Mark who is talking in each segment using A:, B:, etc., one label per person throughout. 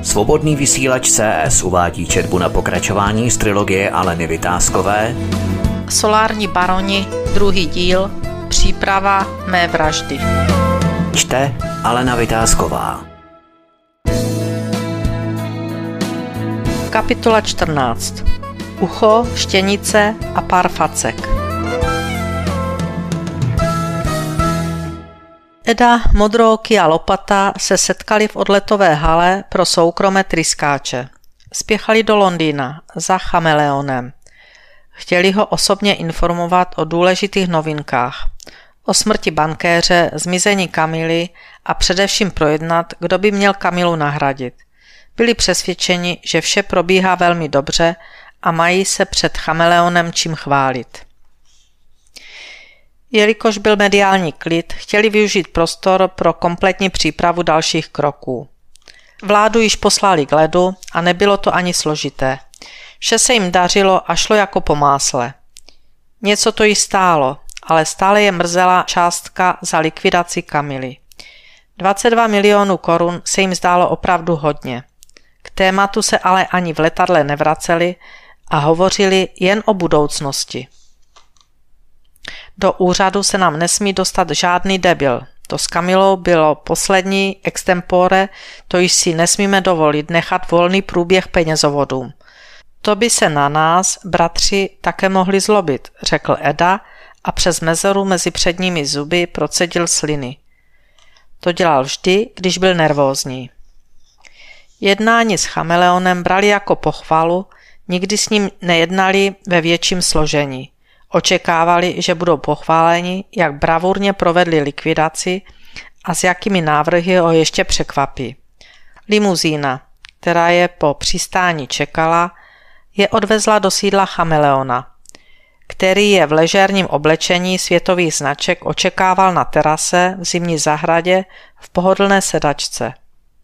A: Svobodný vysílač CS uvádí četbu na pokračování z trilogie Aleny Vytázkové
B: Solární baroni, 2. díl, příprava mé vraždy.
A: Čte Alena Vytázková.
B: Kapitola 14. Ucho, štěnice a pár facek. Eda, Modrooky a Lopata se setkali v odletové hale pro soukromé tryskáče. Spěchali do Londýna za Chameleonem. Chtěli ho osobně informovat o důležitých novinkách. O smrti bankéře, zmizení Kamily a především projednat, kdo by měl Kamilu nahradit. Byli přesvědčeni, že vše probíhá velmi dobře a mají se před Chameleonem čím chválit. Jelikož byl mediální klid, chtěli využít prostor pro kompletní přípravu dalších kroků. Vládu již poslali k ledu a nebylo to ani složité. Vše se jim dařilo a šlo jako po másle. Něco to jí stálo, ale stále je mrzela částka za likvidaci Kamily. 22 milionů korun se jim zdálo opravdu hodně. K tématu se ale ani v letadle nevraceli a hovořili jen o budoucnosti. Do úřadu se nám nesmí dostat žádný debil. To s Kamilou bylo poslední extempore, to již si nesmíme dovolit nechat volný průběh penězovodům. To by se na nás, bratři, také mohli zlobit, řekl Eda a přes mezeru mezi předními zuby procedil sliny. To dělal vždy, když byl nervózní. Jednání s Chameleonem brali jako pochvalu, nikdy s ním nejednali ve větším složení. Očekávali, že budou pochváleni, jak bravurně provedli likvidaci a s jakými návrhy ho ještě překvapí. Limuzína, která je po přistání čekala, je odvezla do sídla Chameleona, který je v ležérním oblečení světových značek očekával na terase v zimní zahradě v pohodlné sedačce.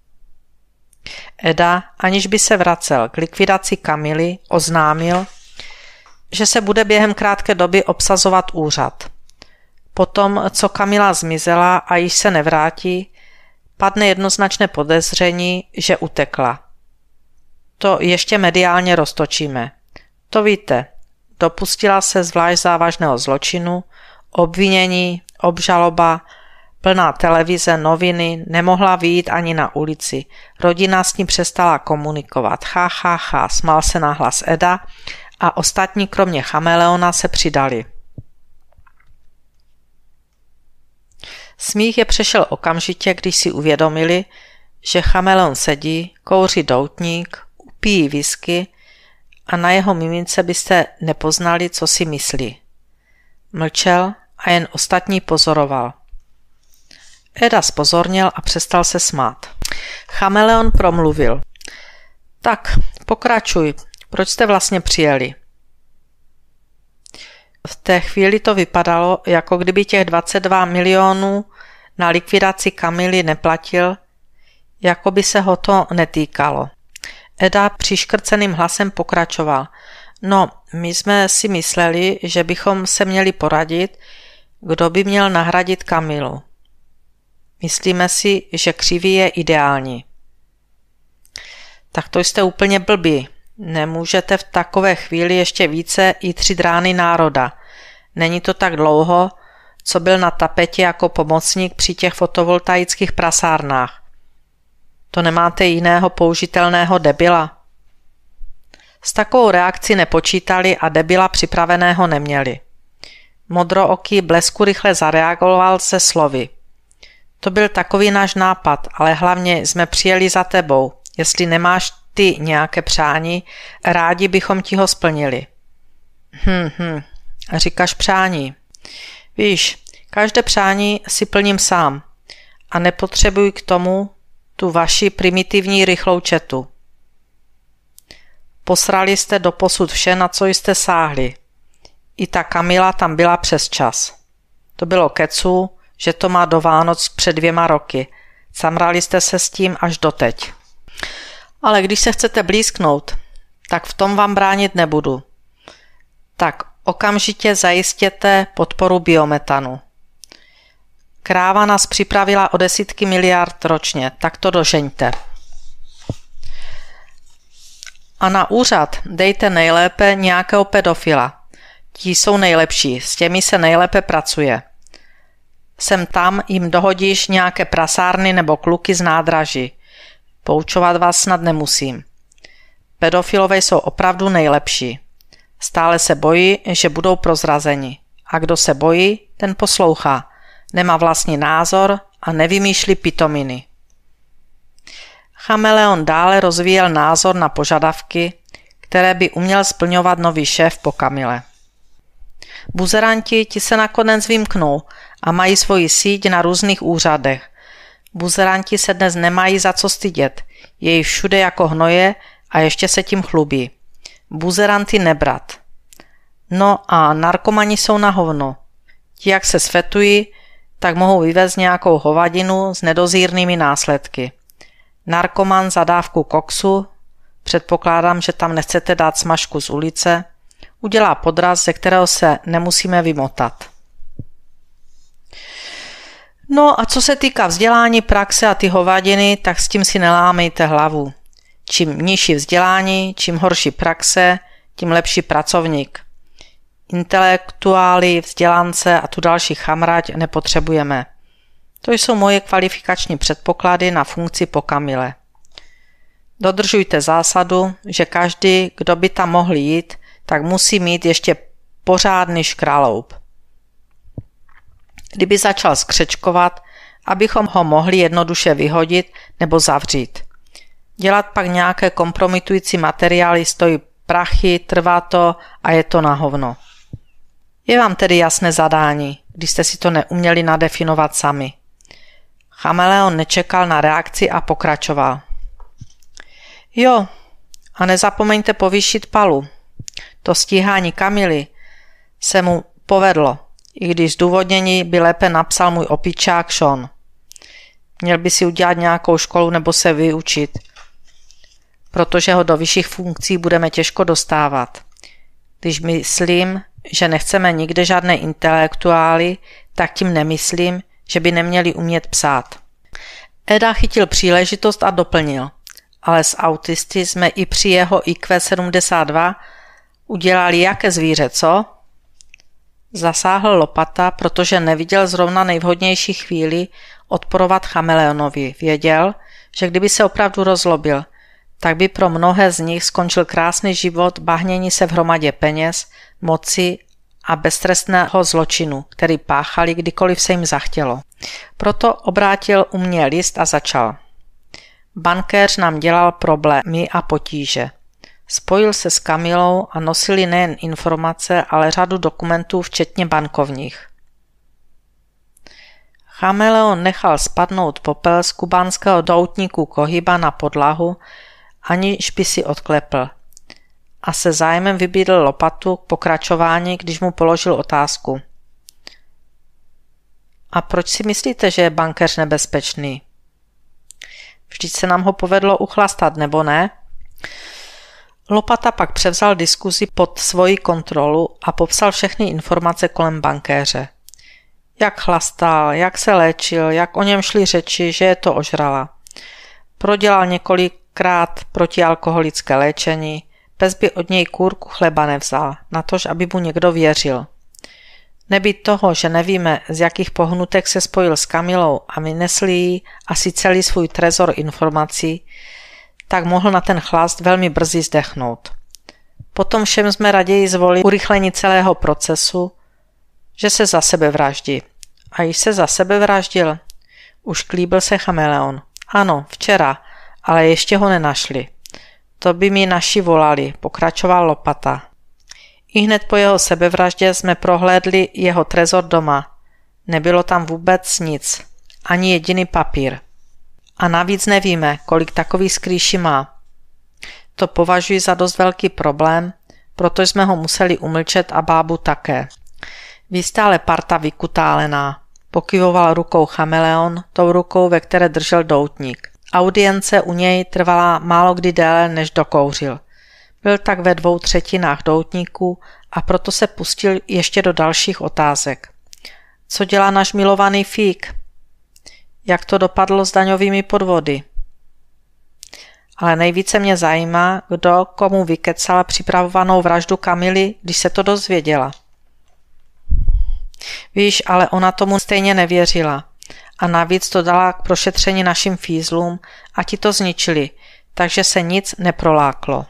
B: Eda, aniž by se vracel k likvidaci Kamily, oznámil, že se bude během krátké doby obsazovat úřad. Potom, co Kamila zmizela a již se nevrátí, padne jednoznačné podezření, že utekla. To ještě mediálně roztočíme. To víte, dopustila se zvlášť závažného zločinu, obvinění, obžaloba, plná televize, noviny, nemohla vyjít ani na ulici. Rodina s ní přestala komunikovat. Smál se nahlas Eda a ostatní kromě Chameleona se přidali. Smích je přešel okamžitě, když si uvědomili, že Chameleon sedí, kouří doutník, upíjí whisky a na jeho mimince byste nepoznali, co si myslí. Mlčel a jen ostatní pozoroval. Eda zpozorněl a přestal se smát. Chameleon promluvil. Tak, pokračuj. Proč jste vlastně přijeli? V té chvíli to vypadalo, jako kdyby těch 22 milionů na likvidaci Kamily neplatil, jako by se ho to netýkalo. Eda přiškrceným hlasem pokračoval. No, my jsme si mysleli, že bychom se měli poradit, kdo by měl nahradit Kamilu. Myslíme si, že Křivý je ideální. Tak to jste úplně blbí. Nemůžete v takové chvíli ještě více jít tři drány národa. Není to tak dlouho, co byl na tapetě jako pomocník při těch fotovoltaických prasárnách. To nemáte jiného použitelného debila? S takovou reakcí nepočítali a debila připraveného neměli. Modrooký blesku rychle zareagoval se slovy. To byl takový náš nápad, ale hlavně jsme přijeli za tebou. Jestli nemáš ty nějaké přání, rádi bychom ti ho splnili. Říkáš přání. Víš, každé přání si plním sám a nepotřebuji k tomu tu vaši primitivní rychlou četu. Posrali jste doposud vše, na co jste sáhli. I ta Kamila tam byla přes čas. To bylo kecu, že to má do Vánoc před 2 roky. Camrali jste se s tím až doteď. Ale když se chcete blízknout, tak v tom vám bránit nebudu. Tak okamžitě zajistěte podporu biometanu. Kráva nás připravila o desítky miliard ročně, tak to dožeňte. A na úřad dejte nejlépe nějakého pedofila. Ti jsou nejlepší, s těmi se nejlépe pracuje. Sem tam jim dohodíš nějaké prasárny nebo kluky z nádraží. Poučovat vás snad nemusím. Pedofilové jsou opravdu nejlepší. Stále se bojí, že budou prozrazeni. A kdo se bojí, ten poslouchá. Nemá vlastní názor a nevymýšlí pitominy. Chameleon dále rozvíjel názor na požadavky, které by uměl splňovat nový šéf po Camille. Buzeranti ti se nakonec vymknou a mají svoji síť na různých úřadech. Buzeranti se dnes nemají za co stydět, je jich všude jako hnoje a ještě se tím chlubí. Buzeranty nebrat. No a narkomani jsou na hovno. Ti, jak se sfetují, tak mohou vyvést nějakou hovadinu s nedozírnými následky. Narkoman za dávku koksu, předpokládám, že tam nechcete dát smažku z ulice, udělá podraz, ze kterého se nemusíme vymotat. No a co se týká vzdělání, praxe a ty hovadiny, tak s tím si nelámejte hlavu. Čím nižší vzdělání, čím horší praxe, tím lepší pracovník. Intelektuály, vzdělance a tu další chamrať nepotřebujeme. To jsou moje kvalifikační předpoklady na funkci po Camille. Dodržujte zásadu, že každý, kdo by tam mohl jít, tak musí mít ještě pořádný škraloup. Kdyby začal skřečkovat, abychom ho mohli jednoduše vyhodit nebo zavřít. Dělat pak nějaké kompromitující materiály stojí prachy, trvá to a je to na hovno. Je vám tedy jasné zadání, když jste si to neuměli nadefinovat sami. Chameleon nečekal na reakci a pokračoval. Jo, a nezapomeňte povýšit Palu. To stíhání Camily se mu povedlo, i když zdůvodnění by lépe napsal můj opičák Sean. Měl by si udělat nějakou školu nebo se vyučit, protože ho do vyšších funkcí budeme těžko dostávat. Když myslím, že nechceme nikde žádné intelektuály, tak tím nemyslím, že by neměli umět psát. Eda chytil příležitost a doplnil, ale s autisty jsme i při jeho IQ 72 udělali jaké zvíře, co? Zasáhl Lopata, protože neviděl zrovna nejvhodnější chvíli odporovat Chameleonovi. Věděl, že kdyby se opravdu rozlobil, tak by pro mnohé z nich skončil krásný život bahnění se v hromadě peněz, moci a beztrestného zločinu, který páchali, kdykoliv se jim zachtělo. Proto obrátil u mě list a začal. Bankéř nám dělal problémy a potíže. Spojil se s Camillou a nosili nejen informace, ale řadu dokumentů, včetně bankovních. Chameleon nechal spadnout popel z kubánského doutníku Kohyba na podlahu, aniž by si odklepl. A se zájmem vybídl Lopatu k pokračování, když mu položil otázku. A proč si myslíte, že je bankéř nebezpečný? Vždyť se nám ho povedlo uchlastat, nebo ne? Lopata pak převzal diskuzi pod svoji kontrolu a popsal všechny informace kolem bankéře. Jak chlastal, jak se léčil, jak o něm šly řeči, že je to ožrala. Prodělal několikrát protialkoholické léčení, pes by od něj kůrku chleba nevzal, natož aby mu někdo věřil. Nebýt toho, že nevíme, z jakých pohnutek se spojil s Camillou a vynesli jí asi celý svůj trezor informací, tak mohl na ten chlast velmi brzy zdechnout. Potom všem jsme raději zvolili urychlení celého procesu, že se za sebe vraždí. A již se za sebe vraždil. Už klíbil se Chameleon. Ano, včera, ale ještě ho nenašli. To by mi naši volali, pokračoval Lopata. Ihned po jeho sebevraždě jsme prohlédli jeho trezor doma. Nebylo tam vůbec nic, ani jediný papír. A navíc nevíme, kolik takových skrýší má. To považuji za dost velký problém, protože jsme ho museli umlčet a bábu také. Vy stále parta vykutálená, pokyvoval rukou Chameleon, tou rukou, ve které držel doutník. Audience u něj trvala málo kdy déle, než dokouřil. Byl tak ve 2/3 doutníků a proto se pustil ještě do dalších otázek. Co dělá náš milovaný Fík? Jak to dopadlo s daňovými podvody? Ale nejvíce mě zajímá, kdo komu vykecal připravovanou vraždu Kamily, když se to dozvěděla. Víš, ale ona tomu stejně nevěřila. A navíc to dala k prošetření našim fízlům a ti to zničili, takže se nic neproláklo.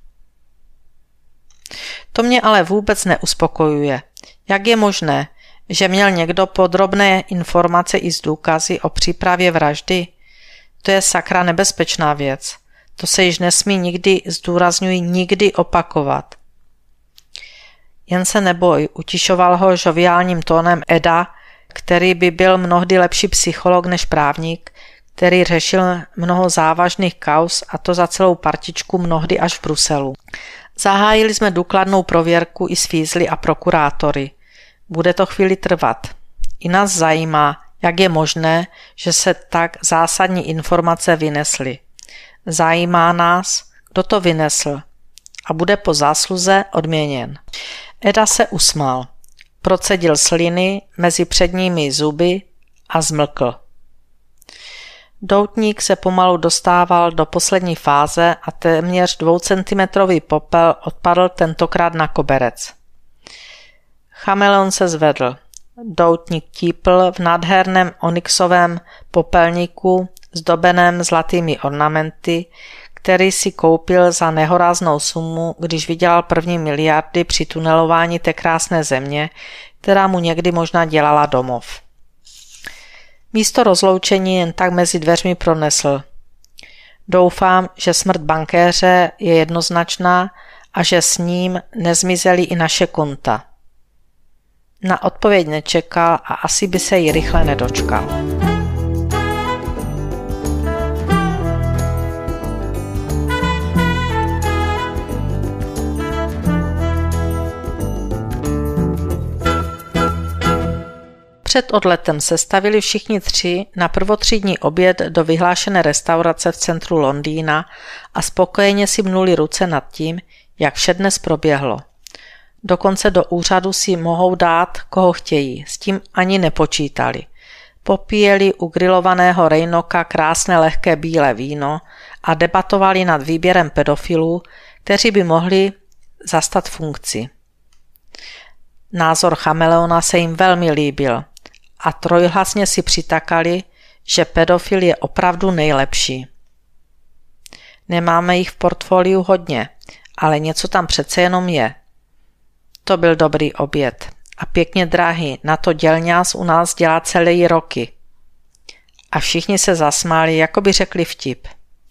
B: To mě ale vůbec neuspokojuje. Jak je možné, že měl někdo podrobné informace i z důkazy o přípravě vraždy? To je sakra nebezpečná věc. To se již nesmí nikdy, zdůrazňuji, nikdy opakovat. Jen se neboj, utišoval ho žoviálním tónem Eda, který by byl mnohdy lepší psycholog než právník, který řešil mnoho závažných kauz a to za celou partičku mnohdy až v Bruselu. Zahájili jsme důkladnou prověrku i s fízly a prokurátory. Bude to chvíli trvat. I nás zajímá, jak je možné, že se tak zásadní informace vynesly. Zajímá nás, kdo to vynesl a bude po zásluze odměněn. Eda se usmál, procedil sliny mezi předními zuby a zmlkl. Doutník se pomalu dostával do poslední fáze a téměř 2centimetrový popel odpadl tentokrát na koberec. Chameleon se zvedl. Doutník típl v nádherném onyxovém popelníku zdobeném zlatými ornamenty, který si koupil za nehoráznou sumu, když vydělal první miliardy při tunelování té krásné země, která mu někdy možná dělala domov. Místo rozloučení jen tak mezi dveřmi pronesl. Doufám, že smrt bankéře je jednoznačná a že s ním nezmizely i naše konta. Na odpověď nečekal a asi by se jí rychle nedočkal. Před odletem se stavili všichni tři na prvotřídní oběd do vyhlášené restaurace v centru Londýna a spokojeně si mnuli ruce nad tím, jak vše dnes proběhlo. Dokonce do úřadu si mohou dát, koho chtějí, s tím ani nepočítali. Popíjeli u grilovaného Rejnoka krásné lehké bílé víno a debatovali nad výběrem pedofilů, kteří by mohli zastat funkci. Názor Chameleona se jim velmi líbil a trojhlasně si přitakali, že pedofil je opravdu nejlepší. Nemáme jich v portfoliu hodně, ale něco tam přece jenom je. To byl dobrý oběd a pěkně drahý, na to dělňás u nás dělá celé roky. A všichni se zasmáli, jako by řekli vtip.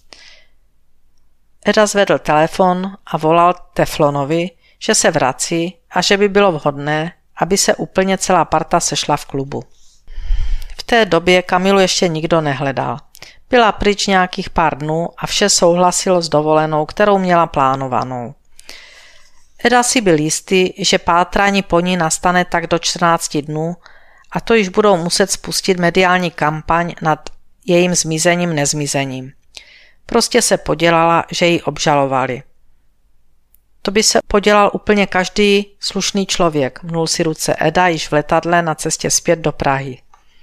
B: Eda zvedl telefon a volal Teflonovi, že se vrací a že by bylo vhodné, aby se úplně celá parta sešla v klubu. V té době Kamilu ještě nikdo nehledal. Byla pryč nějakých pár dnů a vše souhlasilo s dovolenou, kterou měla plánovanou. Eda si byl jistý, že pátrání po ní nastane tak do 14 dnů a to již budou muset spustit mediální kampaň nad jejím zmizením nezmizením. Prostě se podělala, že ji obžalovali. To by se podělal úplně každý slušný člověk, mnul si ruce Eda již v letadle na cestě zpět do Prahy.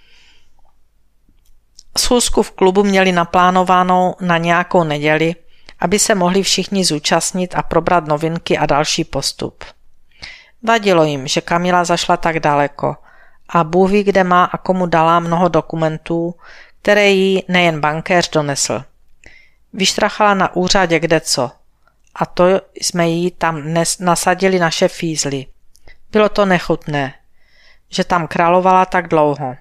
B: Schůzku v klubu měli naplánovanou na nějakou neděli, aby se mohli všichni zúčastnit a probrat novinky a další postup. Vadilo jim, že Kamila zašla tak daleko a Bůh ví, kde má a komu dala mnoho dokumentů, které jí nejen bankéř donesl. Vyštrachala na úřadě kdeco a to jsme jí tam nasadili naše fízly. Bylo to nechutné, že tam královala tak dlouho.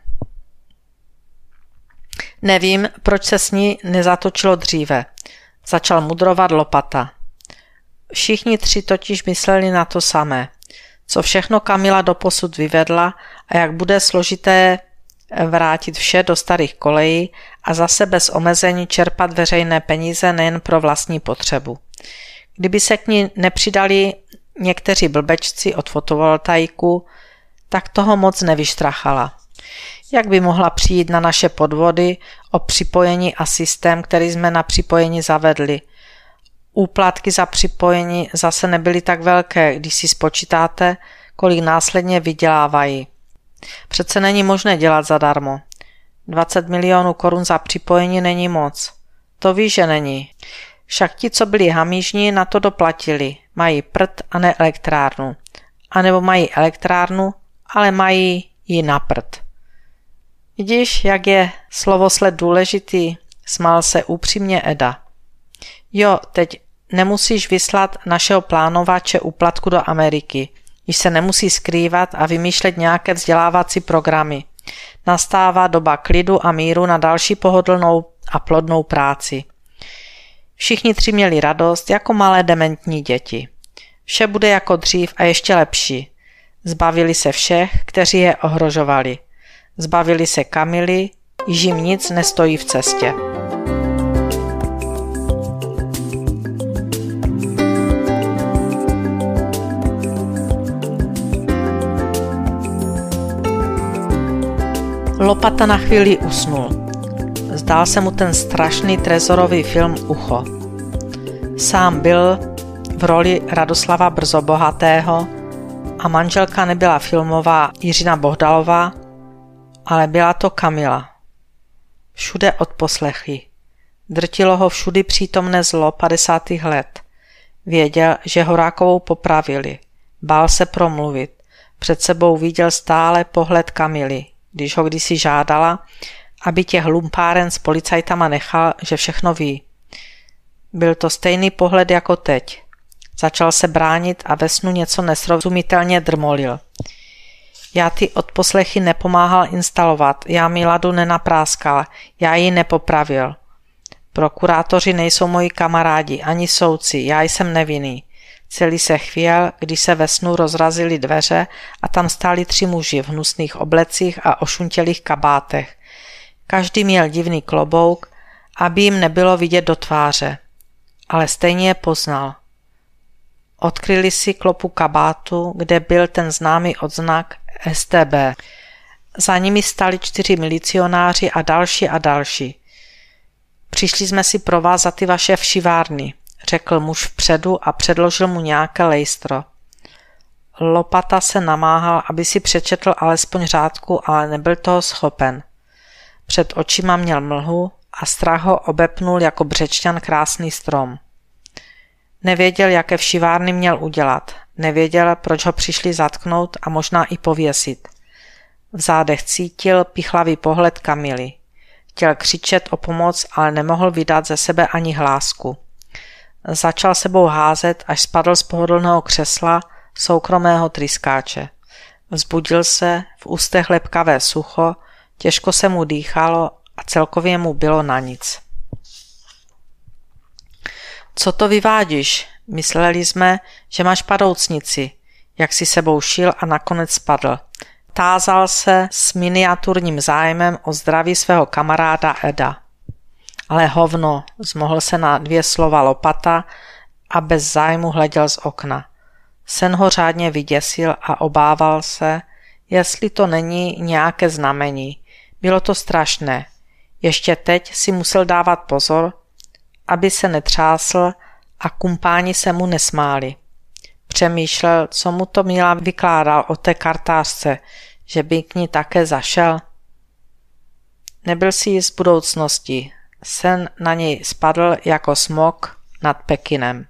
B: Nevím, proč se s ní nezatočilo dříve. Začal mudrovat Lopata. Všichni tři totiž mysleli na to samé. Co všechno Kamila doposud vyvedla a jak bude složité vrátit vše do starých kolejí a zase bez omezení čerpat veřejné peníze nejen pro vlastní potřebu. Kdyby se k ní nepřidali někteří blbečci od fotovoltaiku, tak toho moc nevyštrachala. Jak by mohla přijít na naše podvody o připojení a systém, který jsme na připojení zavedli? Úplatky za připojení zase nebyly tak velké, když si spočítáte, kolik následně vydělávají. Přece není možné dělat zadarmo. 20 milionů korun za připojení není moc. To víš, že není. Však ti, co byli hamižní, na to doplatili. Mají prd a ne elektrárnu. A nebo mají elektrárnu, ale mají ji na prd. Vidíš, jak je slovosled důležitý? Smál se upřímně Eda. Jo, teď nemusíš vyslat našeho plánovače úplatku do Ameriky, když se nemusí skrývat a vymýšlet nějaké vzdělávací programy. Nastává doba klidu a míru na další pohodlnou a plodnou práci. Všichni tři měli radost jako malé dementní děti. Vše bude jako dřív a ještě lepší. Zbavili se všech, kteří je ohrožovali. Zbavili se Camily, již jim nic nestojí v cestě. Lopata na chvíli usnul. Zdál se mu ten strašný trezorový film Ucho. Sám byl v roli Radoslava Brzobohatého a manželka nebyla filmová Jiřina Bohdalová, ale byla to Camila. Všude odposlechy. Drtilo ho všudy přítomné zlo 50. let. Věděl, že Horákovou popravili. Bál se promluvit. Před sebou viděl stále pohled Camily, když ho kdysi žádala, aby těch lumpáren s policajtama nechal, že všechno ví. Byl to stejný pohled jako teď. Začal se bránit a ve snu něco nesrozumitelně drmolil. Já ty odposlechy nepomáhal instalovat, já Miladu nenapráskal, já ji nepopravil. Prokurátoři nejsou moji kamarádi, ani soudci, já jsem nevinný. Celý se chvěl, když se ve snu rozrazily dveře a tam stáli 3 muži v hnusných oblecích a ošuntělých kabátech. Každý měl divný klobouk, aby jim nebylo vidět do tváře. Ale stejně je poznal. Odkryli si klopu kabátu, kde byl ten známý odznak STB. Za nimi stali 4 milicionáři a další. Přišli jsme si pro vás za ty vaše všivárny, řekl muž vpředu a předložil mu nějaké lejstro. Lopata se namáhal, aby si přečetl alespoň řádku, ale nebyl toho schopen. Před očima měl mlhu a strach ho obepnul jako břečťan krásný strom. Nevěděl, jaké všivárny měl udělat. Nevěděl, proč ho přišli zatknout a možná i pověsit. V zádech cítil pichlavý pohled Camily. Chtěl křičet o pomoc, ale nemohl vydat ze sebe ani hlásku. Začal sebou házet, až spadl z pohodlného křesla soukromého tryskáče. Vzbudil se, v ústech lepkavé sucho, těžko se mu dýchalo a celkově mu bylo na nic. Co to vyvádíš? Mysleli jsme, že máš padoucnici, jak si sebou šil a nakonec spadl. Tázal se s miniaturním zájmem o zdraví svého kamaráda Eda. Ale hovno, zmohl se na 2 slova Lopata a bez zájmu hleděl z okna. Sen ho řádně vyděsil a obával se, jestli to není nějaké znamení. Bylo to strašné. Ještě teď si musel dávat pozor, aby se netřásl a kumpáni se mu nesmáli. Přemýšlel, co mu to Mila vykládal o té kartářce, že by k ní také zašel. Nebyl si jist budoucnosti. Sen na něj spadl jako smok nad Pekinem.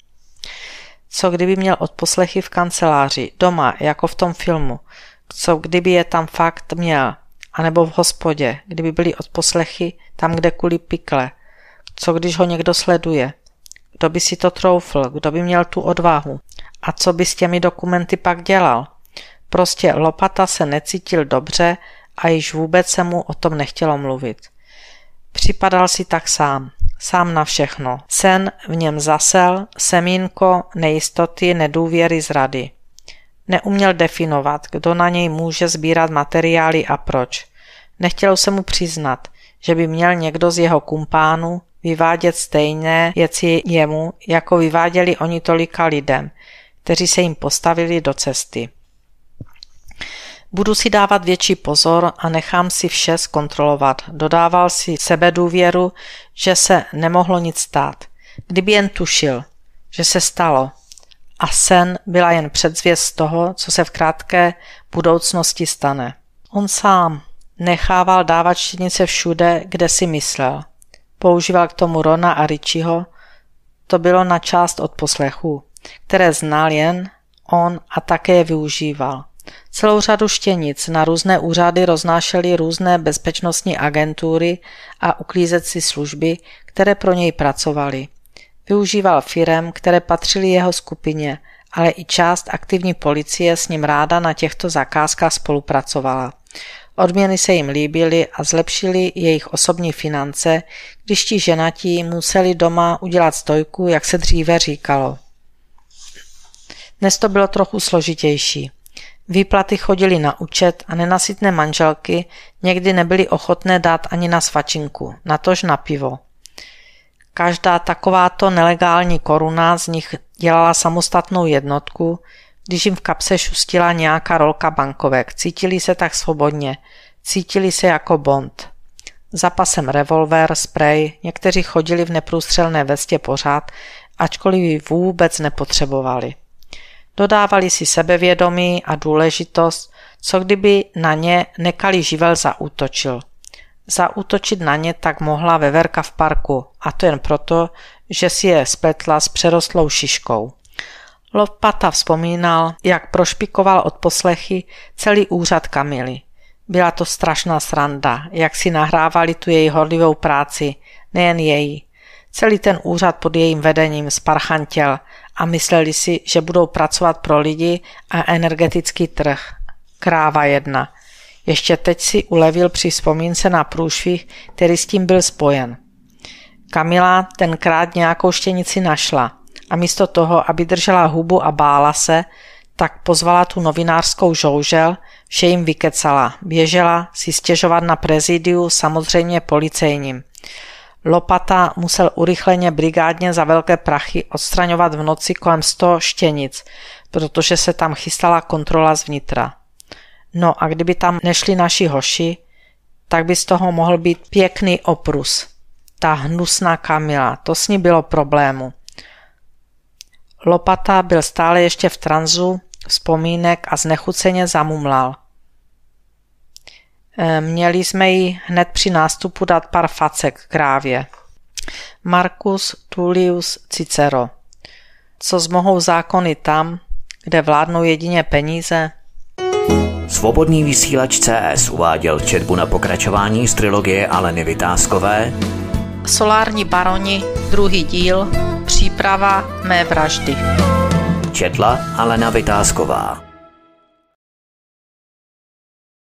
B: Co kdyby měl odposlechy v kanceláři, doma, jako v tom filmu? Co kdyby je tam fakt měl? A nebo v hospodě, kdyby byly odposlechy tam, kde kulí pikle? Co když ho někdo sleduje? Kdo by si to troufl? Kdo by měl tu odvahu? A co by s těmi dokumenty pak dělal? Prostě Lopata se necítil dobře a již vůbec se mu o tom nechtělo mluvit. Připadal si tak sám na všechno. Sen v něm zasel, semínko nejistoty, nedůvěry, zrady. Neuměl definovat, kdo na něj může sbírat materiály a proč. Nechtělo se mu přiznat, že by měl někdo z jeho kumpánů vyvádět stejné věci jemu, jako vyváděli oni tolika lidem, kteří se jim postavili do cesty. Budu si dávat větší pozor a nechám si vše zkontrolovat. Dodával si sebedůvěru, že se nemohlo nic stát. Kdyby jen tušil, že se stalo. A sen byla jen předzvěst toho, co se v krátké budoucnosti stane. On sám nechával dávat štěnice všude, kde si myslel. Používal k tomu Rona a Richieho, To bylo na část odposlechů, které znal jen on a také je využíval. Celou řadu štěnic na různé úřady roznášely různé bezpečnostní agentury a uklízecí služby, které pro něj pracovaly. Využíval firem, které patřily jeho skupině, ale i část aktivní policie s ním ráda na těchto zakázkách spolupracovala. Odměny se jim líbily a zlepšily jejich osobní finance, když ti ženatí museli doma udělat stojku, jak se dříve říkalo. Dnes to bylo trochu složitější. Výplaty chodily na účet a nenasytné manželky někdy nebyly ochotné dát ani na svačinku, natož na pivo. Každá takováto nelegální koruna z nich dělala samostatnou jednotku, když jim v kapse šustila nějaká rolka bankovek. Cítili se tak svobodně, cítili se jako Bond. Za pasem revolver, sprej, někteří chodili v neprůstřelné vestě pořád, ačkoliv ji vůbec nepotřebovali. Dodávali si sebevědomí a důležitost, co kdyby na ně nekalý živel zaútočil. Zaútočit na ně tak mohla veverka v parku, a to jen proto, že si je spletla s přerostlou šiškou. Lopata vzpomínal, jak prošpikoval odposlechy celý úřad Kamily. Byla to strašná sranda, jak si nahrávali tu její horlivou práci, nejen její. Celý ten úřad pod jejím vedením sparchantěl a mysleli si, že budou pracovat pro lidi a energetický trh. Kráva jedna. Ještě teď si ulevil při vzpomínce na průšvih, který s tím byl spojen. Kamila tenkrát nějakou štěnici našla a místo toho, aby držela hubu a bála se, tak pozvala tu novinářskou žoužel, vše jim vykecala, běžela si stěžovat na prezidiu, samozřejmě policejním. Lopata musel urychleně brigádně za velké prachy odstraňovat v noci kolem 100 štěnic, protože se tam chystala kontrola zvnitra. No a kdyby tam nešli naši hoši, tak by z toho mohl být pěkný oprus. Ta hnusná Kamila, to s ní bylo problému. Lopata byl stále ještě v tranzu vzpomínek a znechuceně zamumlal. Měli jsme jí hned při nástupu dát pár facek krávě. Marcus Tullius Cicero. Co zmohou zákony tam, kde vládnou jedině peníze?
A: Svobodný vysílač CS uváděl četbu na pokračování z trilogie Aleny Vytázkové
B: Solární baroni, 2. díl, příprava mé vraždy.
A: Četla Alena Vytázková.